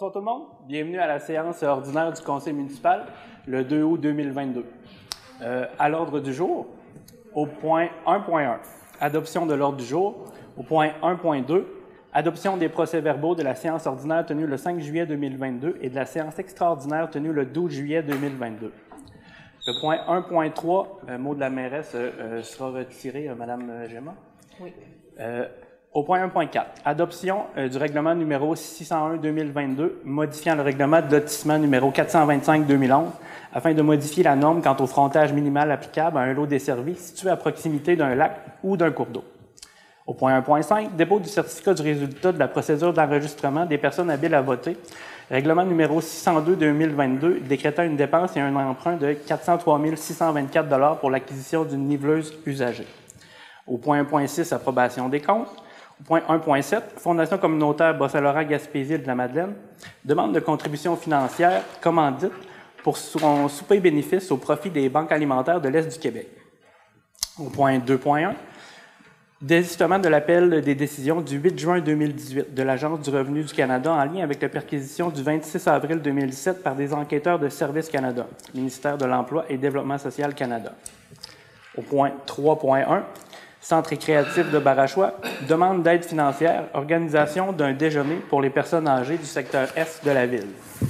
Bonsoir tout le monde. Bienvenue à la séance ordinaire du Conseil municipal, le 2 août 2022. À l'ordre du jour, au point 1.1, adoption de l'ordre du jour. Au point 1.2, adoption des procès-verbaux de la séance ordinaire tenue le 5 juillet 2022 et de la séance extraordinaire tenue le 12 juillet 2022. Le point 1.3, mot de la mairesse, sera retiré, Madame Gemma. Oui. Au point 1.4, adoption du règlement numéro 601-2022, modifiant le règlement de lotissement numéro 425-2011, afin de modifier la norme quant au frontage minimal applicable à un lot desservi situé à proximité d'un lac ou d'un cours d'eau. Au point 1.5, dépôt du certificat du résultat de la procédure d'enregistrement des personnes habiles à voter, règlement numéro 602-2022, décrétant une dépense et un emprunt de 403 624 pour l'acquisition d'une niveleuse usagée. Au point 1.6, approbation des comptes. Au point 1.7, Fondation communautaire Bas-Saint-Laurent-Gaspésie de la Madeleine, demande de contribution financière commandite pour son souper bénéfice au profit des banques alimentaires de l'Est du Québec. Au point 2.1, désistement de l'appel des décisions du 8 juin 2018 de l'Agence du revenu du Canada en lien avec la perquisition du 26 avril 2017 par des enquêteurs de Service Canada, ministère de l'Emploi et Développement social Canada. Au point 3.1, Centre récréatif de Barachois, demande d'aide financière, organisation d'un déjeuner pour les personnes âgées du secteur Est de la ville.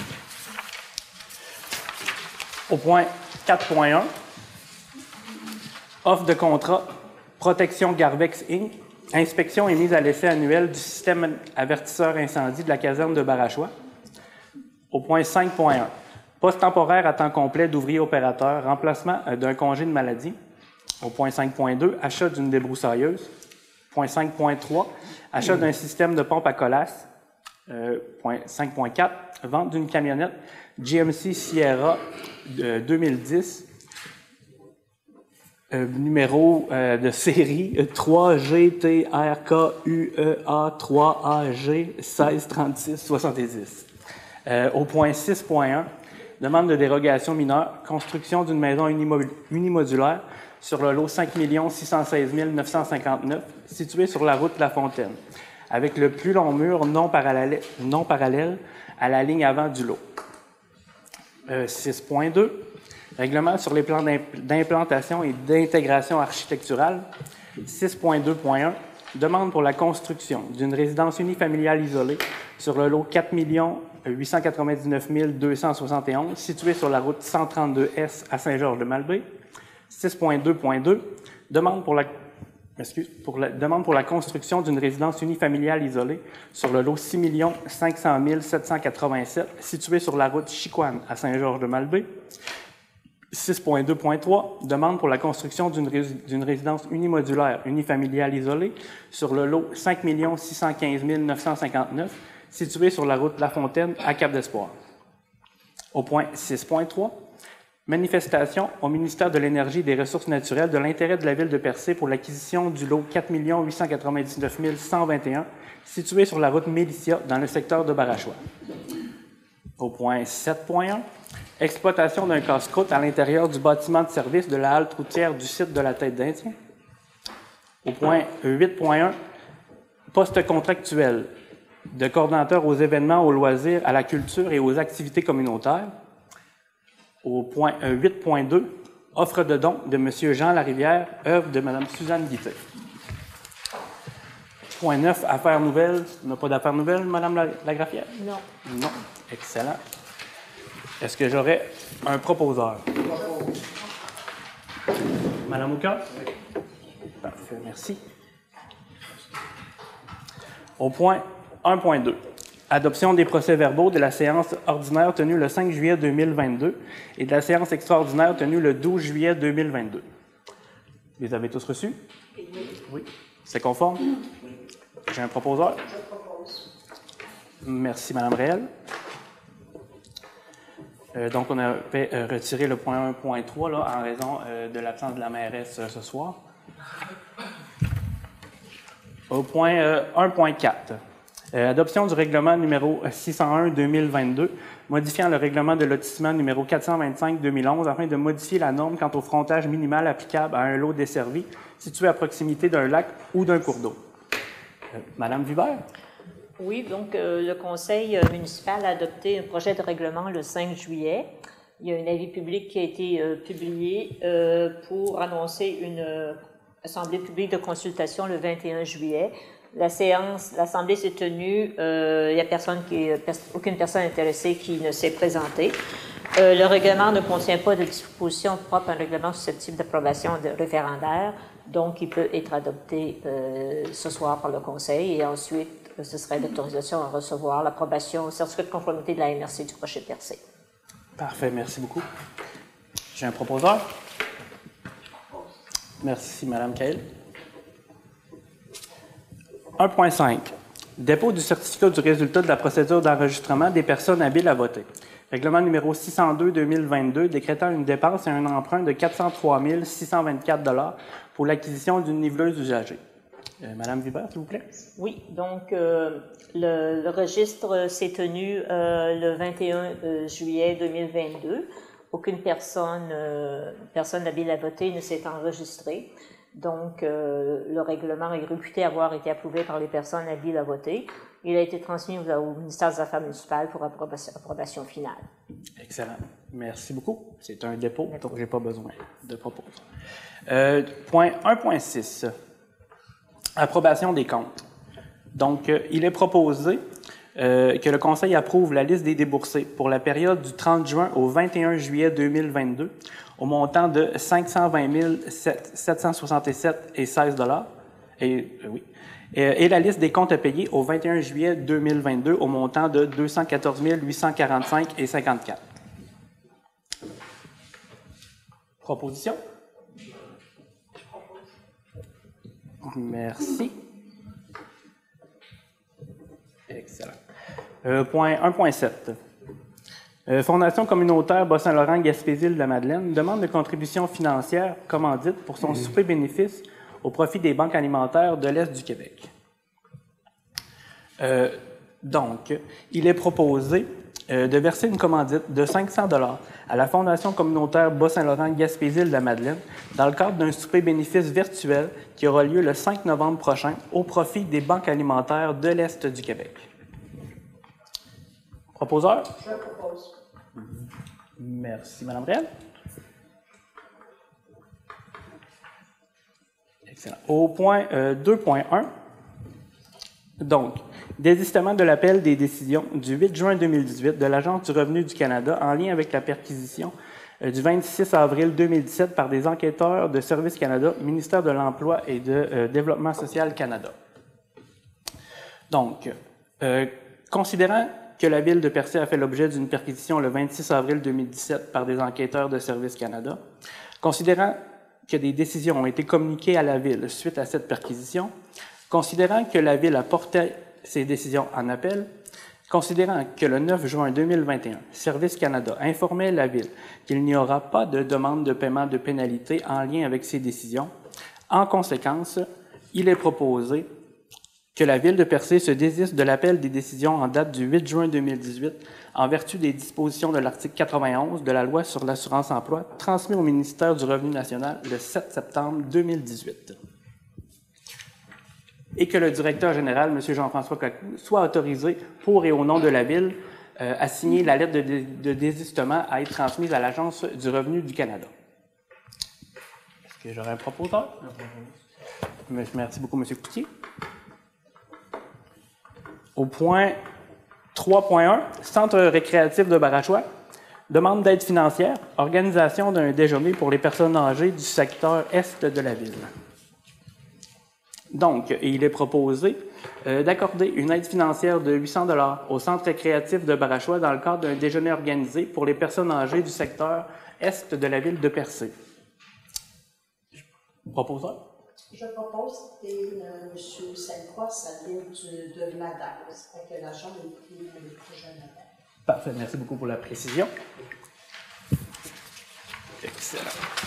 Au point 4.1, offre de contrat Protection Garvex Inc., inspection et mise à l'essai annuelle du système avertisseur incendie de la caserne de Barachois. Au point 5.1, poste temporaire à temps complet d'ouvrier opérateur, remplacement d'un congé de maladie. Au point 5.2, achat d'une débroussailleuse. Point 5.3, achat d'un système de pompe à colasse. Point 5.4, vente d'une camionnette GMC Sierra 2010, numéro de série 3GTRKUEA3AG 163670. Au point 6.1, demande de dérogation mineure, construction d'une maison unimodulaire sur le lot 5 616 959, situé sur la route La Fontaine, avec le plus long mur non parallèle à la ligne avant du lot. 6.2, règlement sur les plans d'implantation et d'intégration architecturale. 6.2.1, demande pour la construction d'une résidence unifamiliale isolée sur le lot 4 899 271, situé sur la route 132S à Saint-Georges-de-Malbaie. 6.2.2, demande pour la construction d'une résidence unifamiliale isolée sur le lot 6 500 787, situé sur la route Chicoine à Saint-Georges-de-Malbaie. 6.2.3, demande pour la construction d'une résidence unimodulaire unifamiliale isolée sur le lot 5 615 959, situé sur la route La Fontaine à Cap-d'Espoir. Au point 6.3, manifestation au ministère de l'Énergie et des Ressources naturelles de l'intérêt de la ville de Percé pour l'acquisition du lot 4 899 121, situé sur la route Mélicia dans le secteur de Barachois. Au point 7.1, exploitation d'un casse-croûte à l'intérieur du bâtiment de service de la halte routière du site de la Tête d'Indien. Au point 8.1, poste contractuel de coordonnateur aux événements, aux loisirs, à la culture et aux activités communautaires. Au point 8.2, offre de don de M. Jean Larivière, œuvre de Mme Suzanne Guité. Point 9, affaires nouvelles. On n'a pas d'affaires nouvelles, Mme Lagrafière? Non. Non. Excellent. Est-ce que j'aurais un proposeur? Mme Ouka? Oui. Parfait, merci. Au point 1.2. Adoption des procès-verbaux de la séance ordinaire tenue le 5 juillet 2022 et de la séance extraordinaire tenue le 12 juillet 2022. Vous les avez tous reçus? Oui. C'est conforme? Oui. J'ai un proposeur? Je propose. Merci, Mme Réel. Donc, on a fait retirer le point 1.3 là, en raison de l'absence de la mairesse ce soir. Au point 1.4. Adoption du règlement numéro 601-2022, modifiant le règlement de lotissement numéro 425-2011 afin de modifier la norme quant au frontage minimal applicable à un lot desservi situé à proximité d'un lac ou d'un cours d'eau. Madame Vibert? Oui, donc le conseil municipal a adopté un projet de règlement le 5 juillet. Il y a un avis public qui a été publié pour annoncer une assemblée publique de consultation le 21 juillet. L'assemblée s'est tenue, il n'y a aucune personne intéressée qui ne s'est présentée. Le règlement ne contient pas de dispositions propres à un règlement susceptible d'approbation référendaire, donc il peut être adopté ce soir par le conseil et ensuite ce serait l'autorisation à recevoir l'approbation au certificat de conformité de la MRC du Rocher-Percé. Parfait, merci beaucoup. J'ai un proposeur. Merci, Mme Cahill. 1.5. Dépôt du certificat du résultat de la procédure d'enregistrement des personnes habiles à voter. Règlement numéro 602-2022 décrétant une dépense et un emprunt de 403 624 $ pour l'acquisition d'une niveleuse usagée. Madame Vibert, s'il vous plaît. Oui, donc le registre s'est tenu le 21 juillet 2022. Aucune personne habile à voter ne s'est enregistrée. Donc, le règlement est réputé avoir été approuvé par les personnes habiles à voter. Il a été transmis au ministère des Affaires municipales pour approbation finale. Excellent. Merci beaucoup. C'est un dépôt, donc je n'ai pas besoin de proposer. Point 1.6. Approbation des comptes. Donc, il est proposé que le Conseil approuve la liste des déboursés pour la période du 30 juin au 21 juillet 2022 au montant de 520 767,16 $ et la liste des comptes à payer au 21 juillet 2022 au montant de 214 845,54 $. Proposition? Merci. Excellent. Point 1.7. Fondation communautaire Bas-Saint-Laurent-Gaspésie-de-la-Madeleine demande de contribution financière commandite pour son souper bénéfice au profit des banques alimentaires de l'Est du Québec. Donc, il est proposé de verser une commandite de 500 $ à la Fondation communautaire Bas-Saint-Laurent-Gaspésie-de-la-Madeleine dans le cadre d'un souper bénéfice virtuel qui aura lieu le 5 novembre prochain au profit des banques alimentaires de l'Est du Québec. Proposeur? Je propose. Merci, Mme Réal. Excellent. Au point 2.1, donc, désistement de l'appel des décisions du 8 juin 2018 de l'Agence du revenu du Canada en lien avec la perquisition du 26 avril 2017 par des enquêteurs de Service Canada, ministère de l'Emploi et de Développement social Canada. Donc, considérant que la Ville de Percé a fait l'objet d'une perquisition le 26 avril 2017 par des enquêteurs de Service Canada, considérant que des décisions ont été communiquées à la Ville suite à cette perquisition, considérant que la Ville a porté ces décisions en appel, considérant que le 9 juin 2021, Service Canada informait la Ville qu'il n'y aura pas de demande de paiement de pénalité en lien avec ces décisions, en conséquence, il est proposé que la Ville de Percé se désiste de l'appel des décisions en date du 8 juin 2018 en vertu des dispositions de l'article 91 de la Loi sur l'assurance-emploi transmis au ministère du Revenu national le 7 septembre 2018. Et que le directeur général, M. Jean-François Cocou, soit autorisé pour et au nom de la Ville à signer la lettre de désistement à être transmise à l'Agence du Revenu du Canada. Est-ce que j'aurais un proposeur? Merci beaucoup, M. Coutier. Au point 3.1, Centre récréatif de Barachois, demande d'aide financière, organisation d'un déjeuner pour les personnes âgées du secteur est de la ville. Donc, il est proposé d'accorder une aide financière de 800 $ au Centre récréatif de Barachois dans le cadre d'un déjeuner organisé pour les personnes âgées du secteur est de la ville de Percé. Proposeur? Je propose et M. Sainte-Croix, ça vient de Madame. C'est que la Chambre est plus jeune Madame. Parfait, merci beaucoup pour la précision. Excellent.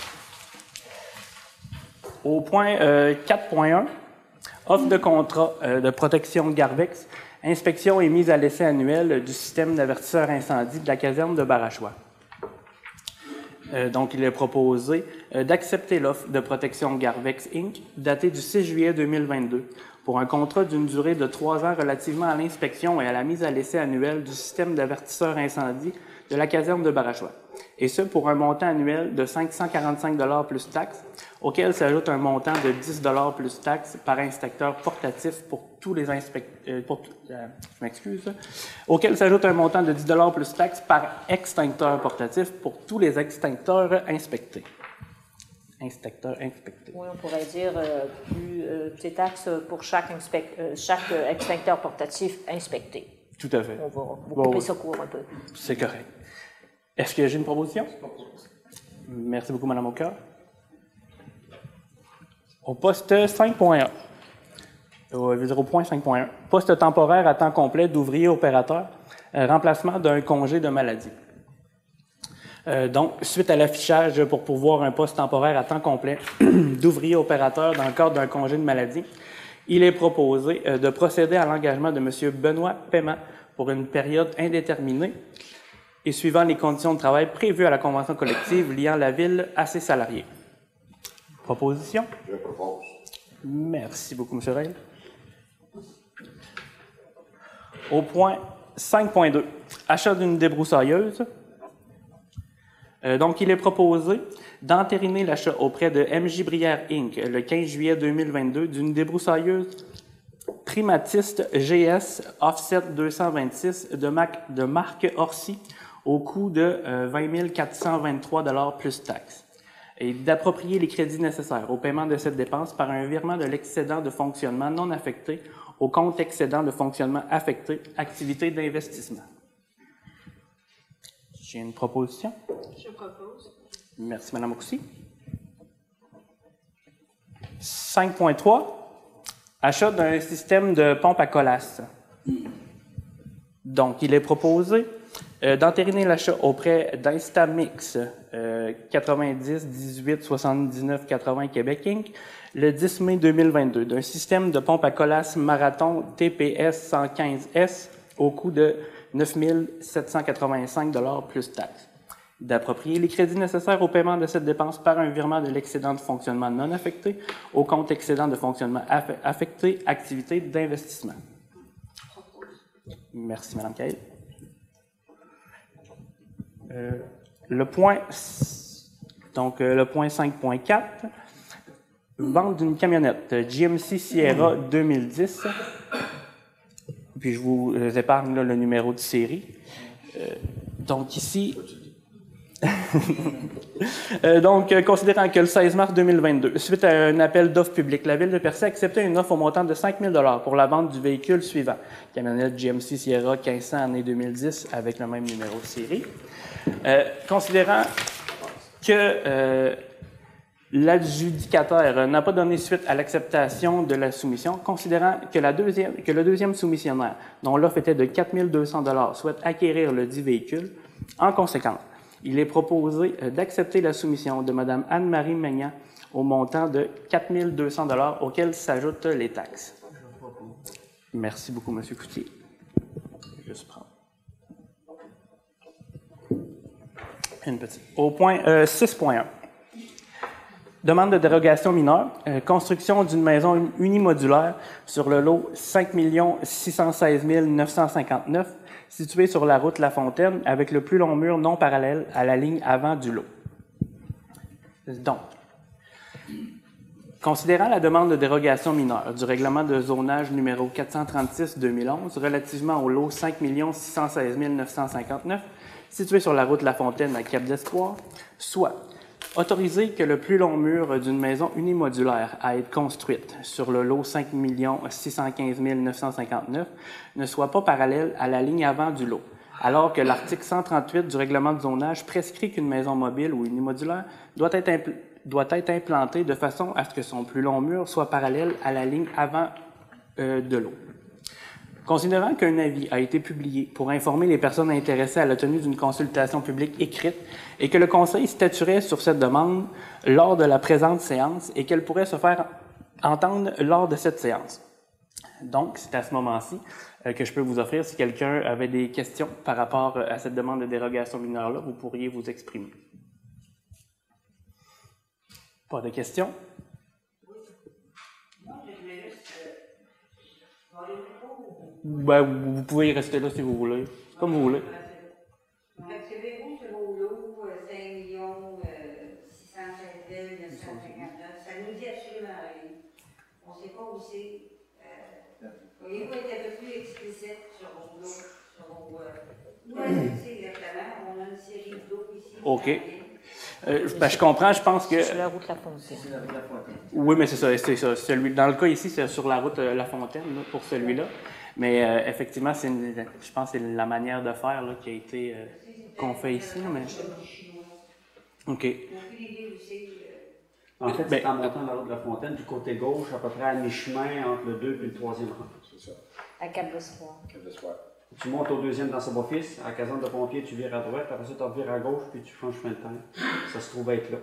Au point 4.1, offre de contrat de protection Garvex, inspection et mise à l'essai annuelle du système d'avertisseur incendie de la caserne de Barachois. Donc, il est proposé d'accepter l'offre de protection Garvex Inc., datée du 6 juillet 2022, pour un contrat d'une durée de 3 ans relativement à l'inspection et à la mise à l'essai annuelle du système d'avertisseur incendie de la caserne de Barachois. Et ce, pour un montant annuel de 545 $ plus taxes, auquel s'ajoute un montant de 10 $ plus taxes par inspecteur portatif pour tous les auquel s'ajoute un montant de 10 $ plus taxes par extincteur portatif pour tous les extincteurs inspectés. Inspecteur inspecté. Oui, on pourrait dire plus taxes pour chaque extincteur portatif inspecté. Tout à fait. On va couper ça court un peu. C'est correct. Est-ce que j'ai une proposition? Merci beaucoup, Mme Aucoeur. Au poste 5.1, au point 5.1, poste temporaire à temps complet d'ouvrier opérateur, remplacement d'un congé de maladie. Donc, suite à l'affichage pour pourvoir un poste temporaire à temps complet d'ouvrier opérateur dans le cadre d'un congé de maladie, il est proposé de procéder à l'engagement de M. Benoît Paiement pour une période indéterminée et suivant les conditions de travail prévues à la convention collective liant la ville à ses salariés. Proposition? Je propose. Merci beaucoup, M. Reil. Au point 5.2, achat d'une débroussailleuse. Donc, il est proposé d'entériner l'achat auprès de MJ Brière Inc. le 15 juillet 2022 d'une débroussailleuse Primatiste GS Offset 226 de marque Orsi au coût de 20 423 $ plus taxes et d'approprier les crédits nécessaires au paiement de cette dépense par un virement de l'excédent de fonctionnement non affecté au compte excédent de fonctionnement affecté, activité d'investissement. J'ai une proposition. Je propose. Merci, Mme Roussy. 5.3, achat d'un système de pompe à colasse. Donc, il est proposé d'entériner l'achat auprès d'Instamix 90 18 79 80 Québec Inc. le 10 mai 2022 d'un système de pompe à colasse Marathon TPS 115S au coût de 9 785 $ plus taxes. D'approprier les crédits nécessaires au paiement de cette dépense par un virement de l'excédent de fonctionnement non affecté au compte excédent de fonctionnement affecté, activité d'investissement. Merci, Mme Cahill. Le point 5.4, vente d'une camionnette GMC Sierra 2010. Puis je vous épargne là, le numéro de série. Donc ici, considérant que le 16 mars 2022, suite à un appel d'offres public, la Ville de Percé a accepté une offre au montant de 5 000 $ pour la vente du véhicule suivant. Camionnette GMC Sierra 1500 année 2010 avec le même numéro de série. Considérant que l'adjudicataire n'a pas donné suite à l'acceptation de la soumission, considérant que le deuxième soumissionnaire, dont l'offre était de 4 200 $, souhaite acquérir le dit véhicule, en conséquence, il est proposé d'accepter la soumission de Mme Anne-Marie Maignan au montant de 4 200 $ auquel s'ajoutent les taxes. Merci beaucoup, M. Coutier. Je vais juste prendre une petite. Au point 6.1. Demande de dérogation mineure, construction d'une maison unimodulaire sur le lot 5 616 959, situé sur la route La Fontaine, avec le plus long mur non parallèle à la ligne avant du lot. Donc, considérant la demande de dérogation mineure du règlement de zonage numéro 436-2011 relativement au lot 5 616 959, situé sur la route La Fontaine à Cap-d'Espoir, soit autoriser que le plus long mur d'une maison unimodulaire à être construite sur le lot 5 615 959 ne soit pas parallèle à la ligne avant du lot, alors que l'article 138 du règlement de zonage prescrit qu'une maison mobile ou unimodulaire doit être implantée de façon à ce que son plus long mur soit parallèle à la ligne avant de l'eau. Considérant qu'un avis a été publié pour informer les personnes intéressées à la tenue d'une consultation publique écrite et que le Conseil statuerait sur cette demande lors de la présente séance et qu'elle pourrait se faire entendre lors de cette séance. Donc, c'est à ce moment-ci que je peux vous offrir, si quelqu'un avait des questions par rapport à cette demande de dérogation mineure-là, vous pourriez vous exprimer. Pas de questions? Ben, vous pouvez y rester là si vous voulez. Comme vous voulez. Activez-vous sur vos lots 5 616 959. Ça nous dit absolument rien. On ne sait pas où c'est. Pourriez-vous être un peu plus explicite sur vos lots? Sur vos, où est-ce que c'est exactement? On a une série de lots ici. OK. Ben, je comprends, je pense que... Sur la route La Fontaine. Oui, mais c'est ça. Dans le cas ici, c'est sur la route La Fontaine, là, pour celui-là. Mais effectivement, je pense que c'est la manière de faire là, qui a été qu'on fait ici. Là, mais... OK. En fait, c'est en montant la route de La Fontaine, du côté gauche, à peu près à mi-chemin entre le 2 et le 3e rang. C'est ça. À Cap-d'Espoir. Tu montes au 2e dans Saint-Boffice, à la caserne de pompiers, tu vires à droite, après ça, tu revires à gauche, puis tu prends le chemin de terre. Ça se trouve être là.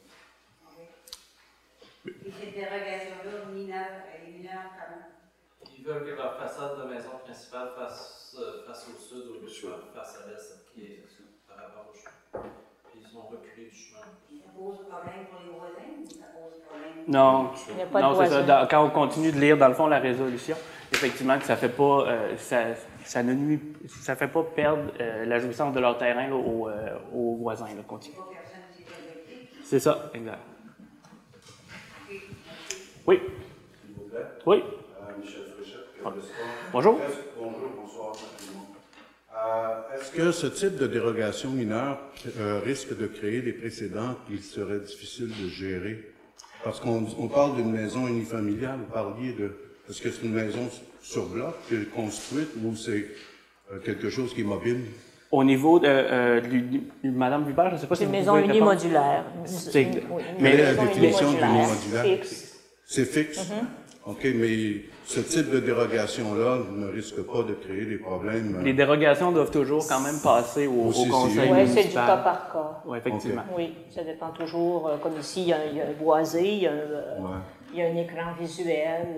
Et cette dérogation-là, elle est mineure comment? Ils veulent que leur façade de maison principale fasse au sud, au lieu de face à l'est, qui est par rapport au chemin. Puis ils ont reculé du chemin. Ça pose problème pour les voisins ou ça pose problème? Non, Il n'y a pas de c'est voisins. ça. Quand on continue de lire, dans le fond, la résolution, effectivement, que ça fait pas, ça ne nuit, ça fait pas perdre la jouissance de leur terrain là, aux voisins. Là, continue. C'est ça, exact. Oui. S'il vous plaît. Oui. Michel Fréchette, Bonjour. Bonjour, bonsoir. Est-ce que ce type de dérogation mineure risque de créer des précédents qu'il serait difficile de gérer? Parce qu'on parle d'une maison unifamiliale, vous parliez de... Est-ce que c'est une maison sur bloc qui est construite ou c'est quelque chose qui est mobile? Au niveau de Madame Hubert, je ne sais pas si C'est une vous maison pouvez répondre. unimodulaire. Mais quelle est la définition unimodulaire? d'unimodulaire? Fixe. C'est fixe? OK, mais ce type de dérogation-là ne risque pas de créer des problèmes? Les dérogations doivent toujours quand même passer au CCI. conseil Oui, municipal. c'est du cas par cas. Oui, effectivement. Oui, ça dépend toujours. Comme ici, il y a un boisé, il y a un écran visuel.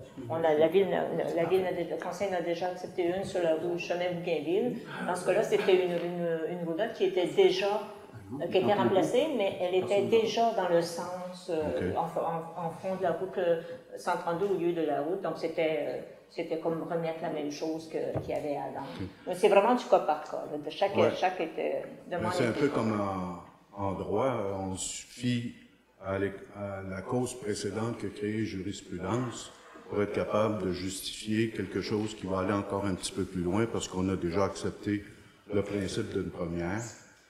Le conseil en a déjà accepté une sur la rue Chemin-Bougainville. Dans ce cas-là, c'était une roulotte qui était déjà qui était remplacée, mais elle était déjà dans le sens, en fond de la route 132 au lieu de la route. Donc, c'était comme remettre la même chose qu'il y avait avant. Mais c'est vraiment du cas par cas. Là. Chaque était demandé. C'est un peu comme en droit, on suffit à la cause précédente qui a créé jurisprudence pour être capable de justifier quelque chose qui va aller encore un petit peu plus loin parce qu'on a déjà accepté le principe d'une première.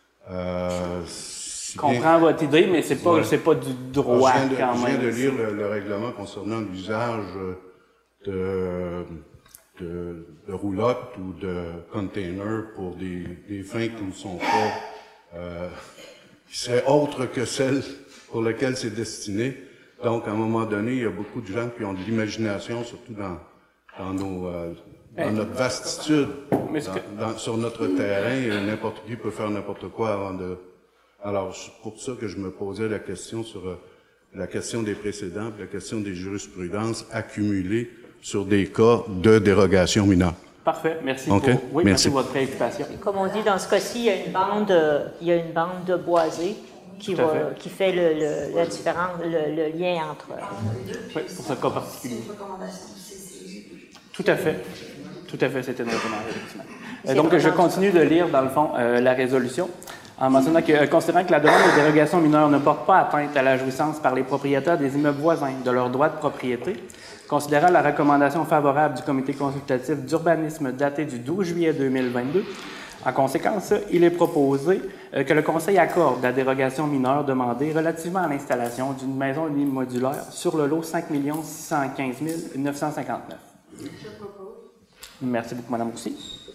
Je comprends votre idée, mais c'est pas du droit quand même. Je viens de lire le règlement concernant l'usage de roulottes ou de containers pour des fins qui ne sont pas, qui seraient autres que celles pour lesquelles c'est destiné. Donc, à un moment donné, il y a beaucoup de gens qui ont de l'imagination, surtout dans notre vastitude, sur notre terrain, et n'importe qui peut faire n'importe quoi avant de... Alors, c'est pour ça que je me posais la question sur la question des précédents, la question des jurisprudences accumulées sur des cas de dérogation mineure. Parfait, merci. Okay. Merci pour votre préoccupation. Comme on dit dans ce cas-ci, il y a une bande boisée qui fait le lien entre... Oui, pour ce cas particulier. Tout à fait. Tout à fait, c'était une recommandation, effectivement. Donc, je continue de lire, dans le fond, la résolution, en mentionnant que, considérant que la demande de dérogation mineure ne porte pas atteinte à la jouissance par les propriétaires des immeubles voisins de leurs droits de propriété, considérant la recommandation favorable du comité consultatif d'urbanisme datée du 12 juillet 2022, en conséquence, il est proposé que le Conseil accorde la dérogation mineure demandée relativement à l'installation d'une maison unimodulaire sur le lot 5 615 959. Merci beaucoup, Mme Roussy.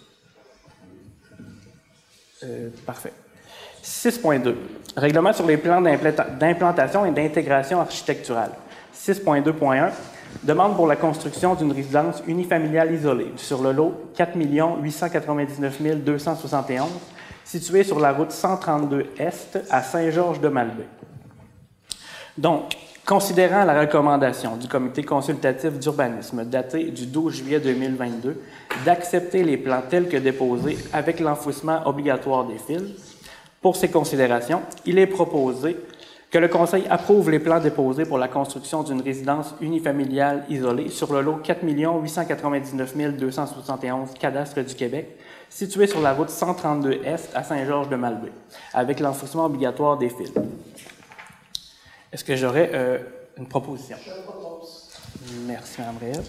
Parfait. 6.2. Règlement sur les plans d'implantation et d'intégration architecturale. 6.2.1. Demande pour la construction d'une résidence unifamiliale isolée sur le lot 4 899 271, situé sur la route 132 Est à Saint-Georges-de-Malbaie. Donc, considérant la recommandation du comité consultatif d'urbanisme datée du 12 juillet 2022 d'accepter les plans tels que déposés avec l'enfouissement obligatoire des fils, pour ces considérations, il est proposé Que le Conseil approuve les plans déposés pour la construction d'une résidence unifamiliale isolée sur le lot 4 899 271 cadastre du Québec, situé sur la route 132 Est à Saint-Georges-de-Malbaie, avec l'enfouissement obligatoire des fils. Est-ce que j'aurais une proposition? Je propose. Merci, Mme Réal.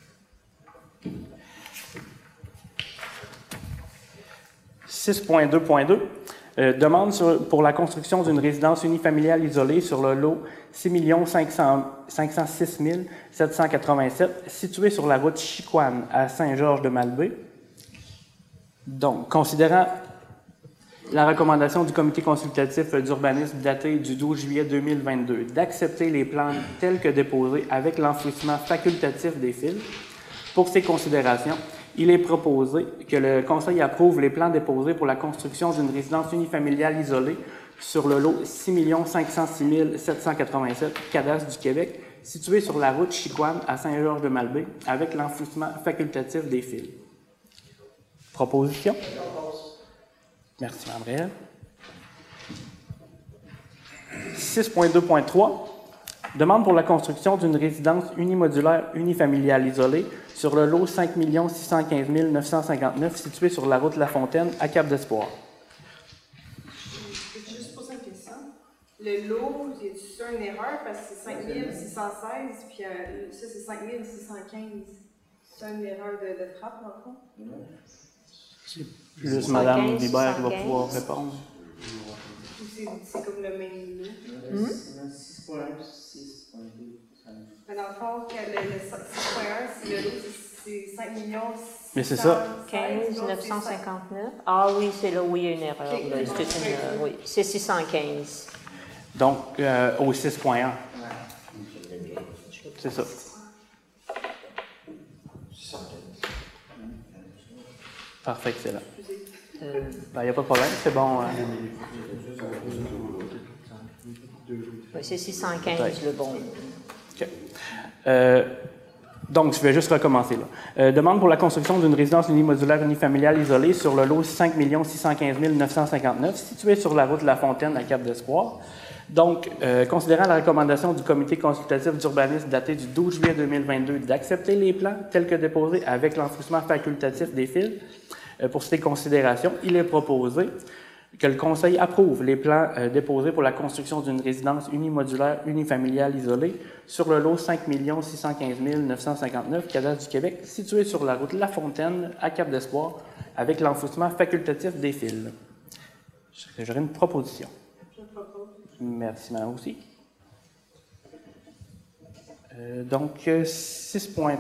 « 6.2.2 demande pour la construction d'une résidence unifamiliale isolée sur le lot 6 506 787 situé sur la route Chicoine à Saint-Georges-de-Malbaie. Donc, considérant la recommandation du comité consultatif d'urbanisme daté du 12 juillet 2022 d'accepter les plans tels que déposés avec l'enfouissement facultatif des fils, pour ces considérations, il est proposé que le Conseil approuve les plans déposés pour la construction d'une résidence unifamiliale isolée sur le lot 6 506 787 cadastre du Québec, situé sur la route Chicoine à Saint-Georges-de-Malbaie, avec l'enfouissement facultatif des fils. Proposition? Merci, Mme Réal. 6.2.3 demande pour la construction d'une résidence unimodulaire unifamiliale isolée sur le lot 5 615 959 situé sur la route La Fontaine à Cap-d'Espoir. Je peux juste poser une question. Le lot, c'est une erreur parce que c'est 5 616, puis ça, c'est 5 615. C'est une erreur de frappe, dans le fond? Plus Mme Libert qui va pouvoir répondre. C'est comme le même lot. 6.1 6.2. Mais dans le fond, le 6.1, c'est le lot, c'est 5 millions. Mais c'est ça. 15 959. Ah oui, c'est là où il y a une erreur. Okay. Là. Oui, c'est 615. Donc, au 6.1. C'est ça. Parfait, excellent. Il n'y a pas de problème, c'est bon. Oui, c'est 615 le bon. OK. Donc, je vais juste recommencer là. Demande pour la construction d'une résidence unimodulaire unifamiliale isolée sur le lot 5 615 959, situé sur la route La Fontaine à Cap-d'Espoir. Donc, considérant la recommandation du comité consultatif d'urbanisme daté du 12 juillet 2022 d'accepter les plans tels que déposés avec l'enfouissement facultatif des fils, pour ces considérations, il est proposé que le Conseil approuve les plans déposés pour la construction d'une résidence unimodulaire unifamiliale isolée sur le lot 5 615 959 cadastre du Québec, situé sur la route La Fontaine à Cap-d'Espoir, avec l'enfouissement facultatif des fils. J'aurais une proposition. Je propose. Merci, Mme aussi. Donc, 6.3.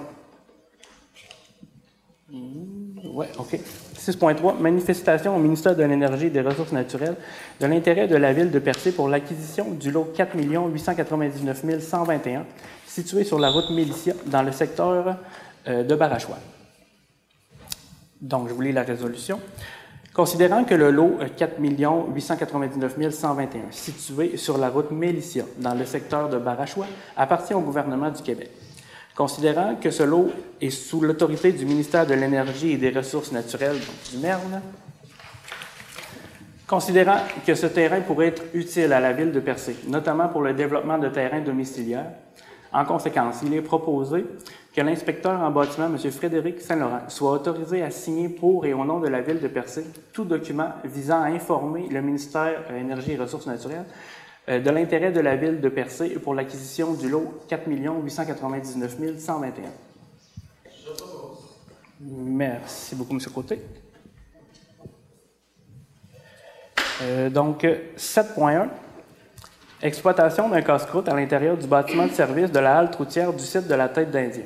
Oui, OK. 6.3. Manifestation au ministère de l'Énergie et des Ressources naturelles de l'intérêt de la ville de Percé pour l'acquisition du lot 4 899 121 situé sur la route Mélicia dans le secteur de Barachois. Donc, je vous lis la résolution. Considérant que le lot 4 899 121 situé sur la route Mélicia dans le secteur de Barachois appartient au gouvernement du Québec. Considérant que ce lot est sous l'autorité du ministère de l'Énergie et des Ressources naturelles, donc du MERN, considérant que ce terrain pourrait être utile à la ville de Percé, notamment pour le développement de terrains domiciliaires, en conséquence, il est proposé que l'inspecteur en bâtiment, M. Frédéric Saint-Laurent, soit autorisé à signer pour et au nom de la ville de Percé tout document visant à informer le ministère de l'Énergie et des Ressources naturelles de l'intérêt de la ville de Percé pour l'acquisition du lot 4 899 121. Merci beaucoup, M. Côté. Donc, 7.1. Exploitation d'un casse-croûte à l'intérieur du bâtiment de service de la halte routière du site de la Tête d'Indien.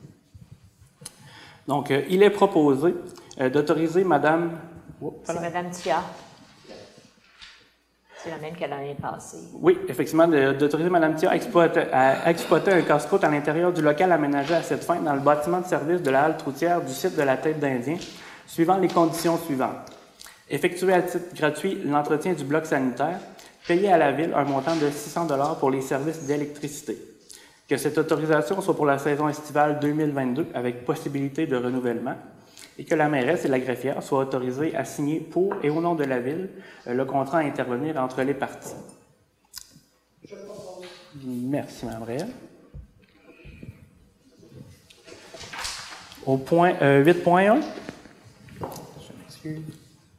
Donc, il est proposé d'autoriser Mme... C'est Mme Thia. C'est la même qu'elle l'année passée. Oui, effectivement, d'autoriser Mme Thia à exploiter un casse-croûte à l'intérieur du local aménagé à cette fin dans le bâtiment de service de la halte routière du site de la Tête d'Indien, suivant les conditions suivantes. Effectuer à titre gratuit l'entretien du bloc sanitaire, payer à la Ville un montant de 600 $ pour les services d'électricité. Que cette autorisation soit pour la saison estivale 2022 avec possibilité de renouvellement et que la mairesse et la greffière soient autorisées à signer pour et au nom de la Ville le contrat à intervenir entre les parties. Merci, Mme Réal. Au point 8.1. Je m'excuse.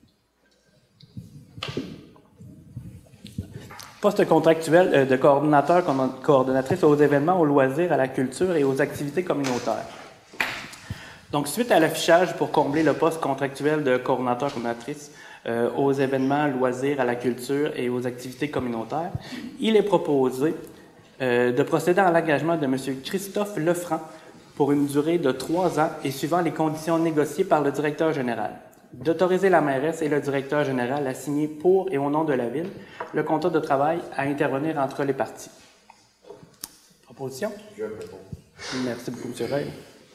Poste contractuel de coordonnateur, coordonnatrice aux événements, aux loisirs, à la culture et aux activités communautaires. Donc, suite à l'affichage pour combler le poste contractuel de coordonnateur, coordonnatrice aux événements, loisirs, à la culture et aux activités communautaires, il est proposé de procéder à l'engagement de M. Christophe Lefranc pour une durée de 3 ans et suivant les conditions négociées par le directeur général. D'autoriser la mairesse et le directeur général à signer pour et au nom de la Ville le contrat de travail à intervenir entre les parties. Proposition? Je réponds. Merci beaucoup, M. Rey.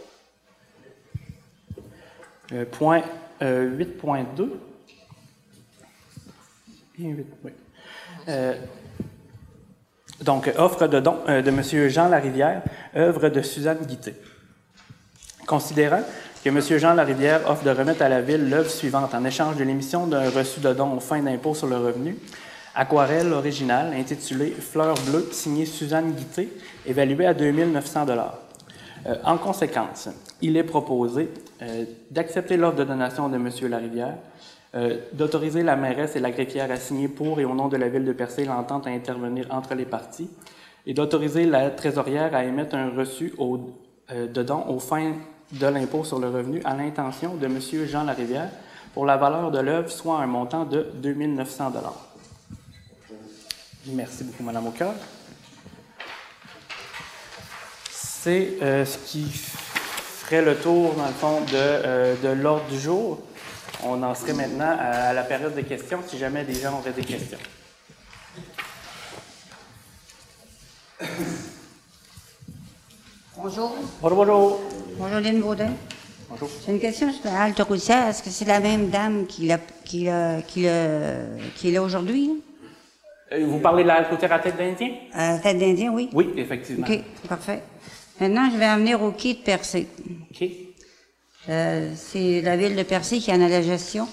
Point 8.2. Donc, offre de don de M. Jean Larivière, œuvre de Suzanne Guité. Considérant que M. Jean Larivière offre de remettre à la Ville l'œuvre suivante en échange de l'émission d'un reçu de don aux fins d'impôt sur le revenu, aquarelle originale intitulée Fleurs bleues, signée Suzanne Guité, évaluée à 2 900 $. En conséquence, il est proposé d'accepter l'ordre de donation de M. Larivière, d'autoriser la mairesse et la greffière à signer pour et au nom de la Ville de Percé l'entente à intervenir entre les parties, et d'autoriser la trésorière à émettre un reçu de don aux fins de l'impôt sur le revenu à l'intention de M. Jean Larivière pour la valeur de l'œuvre, soit un montant de 2 900 $. Merci beaucoup, Mme Aucoeur. C'est ce qui ferait le tour, dans le fond, de l'ordre du jour. On en serait maintenant à la période de questions, si jamais des gens auraient des questions. Bonjour. Bonjour. Bonjour, Lynn Baudin. Bonjour. J'ai une question sur la halte routière. Est-ce que c'est la même dame qui est là aujourd'hui? Vous parlez de la halte routière à Tête d'Indien? À Tête d'Indien, oui. Oui, effectivement. OK, parfait. Maintenant, je vais en venir au quai de Percé. OK. C'est la Ville de Percé qui en a la gestion?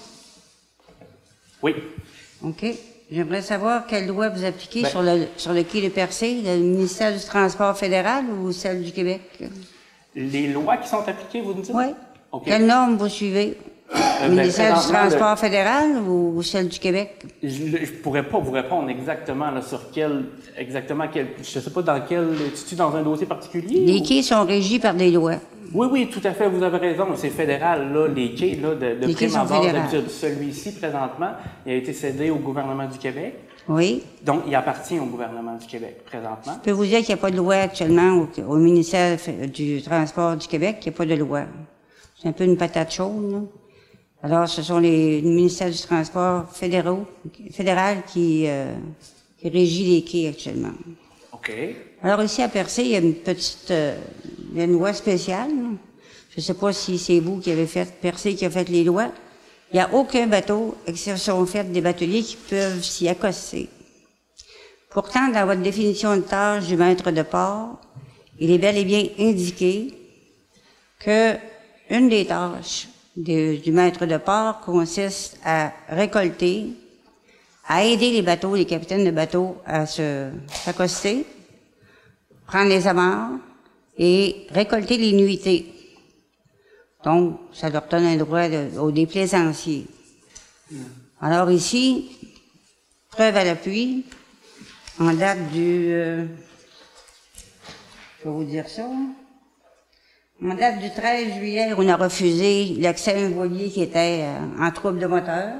Oui. OK. J'aimerais savoir quelle loi vous appliquez sur le quai de Percé, le ministère du Transport fédéral ou celle du Québec? Les lois qui sont appliquées, vous nous dites? Oui. Okay. Quelle norme vous suivez? Le ministère du Transport fédéral ou celle du Québec? Je pourrais pas vous répondre exactement là, sur quel, je sais pas dans quel, es-tu dans un dossier particulier? Les quais sont régis par des lois. Oui, tout à fait, vous avez raison, c'est fédéral, là, les quais, là, de prime abord, d'habitude. Celui-ci, présentement, il a été cédé au gouvernement du Québec. Oui. Donc, il appartient au gouvernement du Québec, présentement. Je peux vous dire qu'il n'y a pas de loi actuellement au ministère du Transport du Québec, il n'y a pas de loi. C'est un peu une patate chaude, là. Alors, ce sont le ministère du Transport fédéral qui régit les quais actuellement. OK. Alors, ici, à Percé, il y a il y a une loi spéciale. Je ne sais pas si c'est vous qui avez fait, Percé qui a fait les lois. Il n'y a aucun bateau, exception faite des bateliers, qui peuvent s'y accoster. Pourtant, dans votre définition de tâche du maître de port, il est bel et bien indiqué que une des tâches du maître de port consiste à récolter, à aider les bateaux, les capitaines de bateaux à s'accoster, prendre les amarres et récolter les nuitées. Donc, ça leur donne un droit des plaisanciers. Alors ici, preuve à l'appui, en date je vais vous dire ça, en date du 13 juillet, on a refusé l'accès à un voilier qui était en trouble de moteur.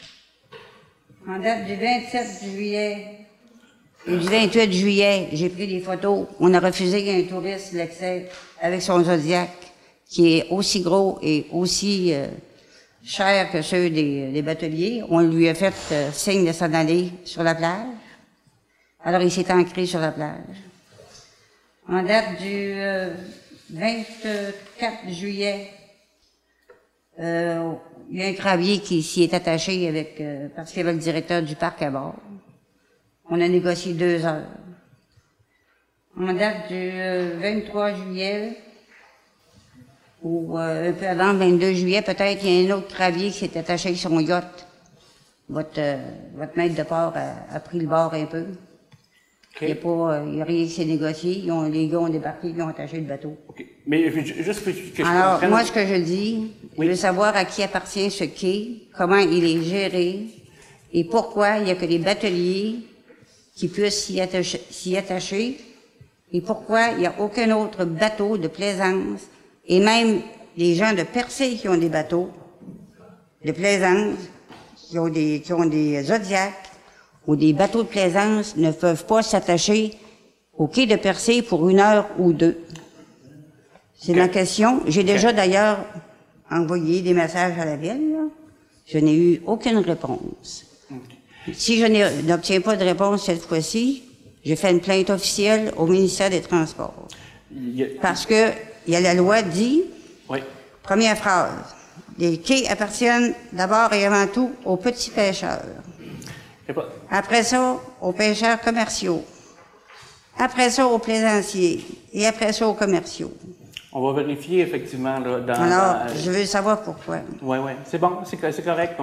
En date du 27 juillet et du 28 juillet, j'ai pris des photos. On a refusé à un touriste l'accès avec son Zodiac, qui est aussi gros et aussi cher que ceux des bateliers. On lui a fait signe de s'en aller sur la plage. Alors, il s'est ancré sur la plage. En date du 24 juillet, il y a un crabier qui s'y est attaché parce qu'il y avait le directeur du parc à bord. On a négocié 2 heures. En date du 23 juillet, ou un peu avant le 22 juillet, peut-être, il y a un autre crabier qui s'est attaché avec son yacht. Votre maître de port a pris le bord un peu. Il n'y a rien qui s'est négocié. Les gars ont débarqué, ils ont attaché le bateau. OK. Mais juste que je Alors, comprenne... moi, ce que je dis, je veux savoir à qui appartient ce quai, comment il est géré, et pourquoi il n'y a que les bateliers qui puissent s'y attacher, et pourquoi il n'y a aucun autre bateau de plaisance, et même les gens de Percé qui ont des bateaux de plaisance, qui ont des Zodiacs, ou des bateaux de plaisance ne peuvent pas s'attacher au quai de Percé pour 1 heure ou 2. C'est ma question. J'ai déjà d'ailleurs envoyé des messages à la ville. Là. Je n'ai eu aucune réponse. Si je n'obtiens pas de réponse cette fois-ci, j'ai fait une plainte officielle au ministère des Transports. Parce que il y a la loi dit, première phrase, les quais appartiennent d'abord et avant tout aux petits pêcheurs. Après ça, aux pêcheurs commerciaux. Après ça, aux plaisanciers. Et après ça, aux commerciaux. On va vérifier, effectivement, là, Alors, je veux savoir pourquoi. Oui. C'est bon, c'est correct.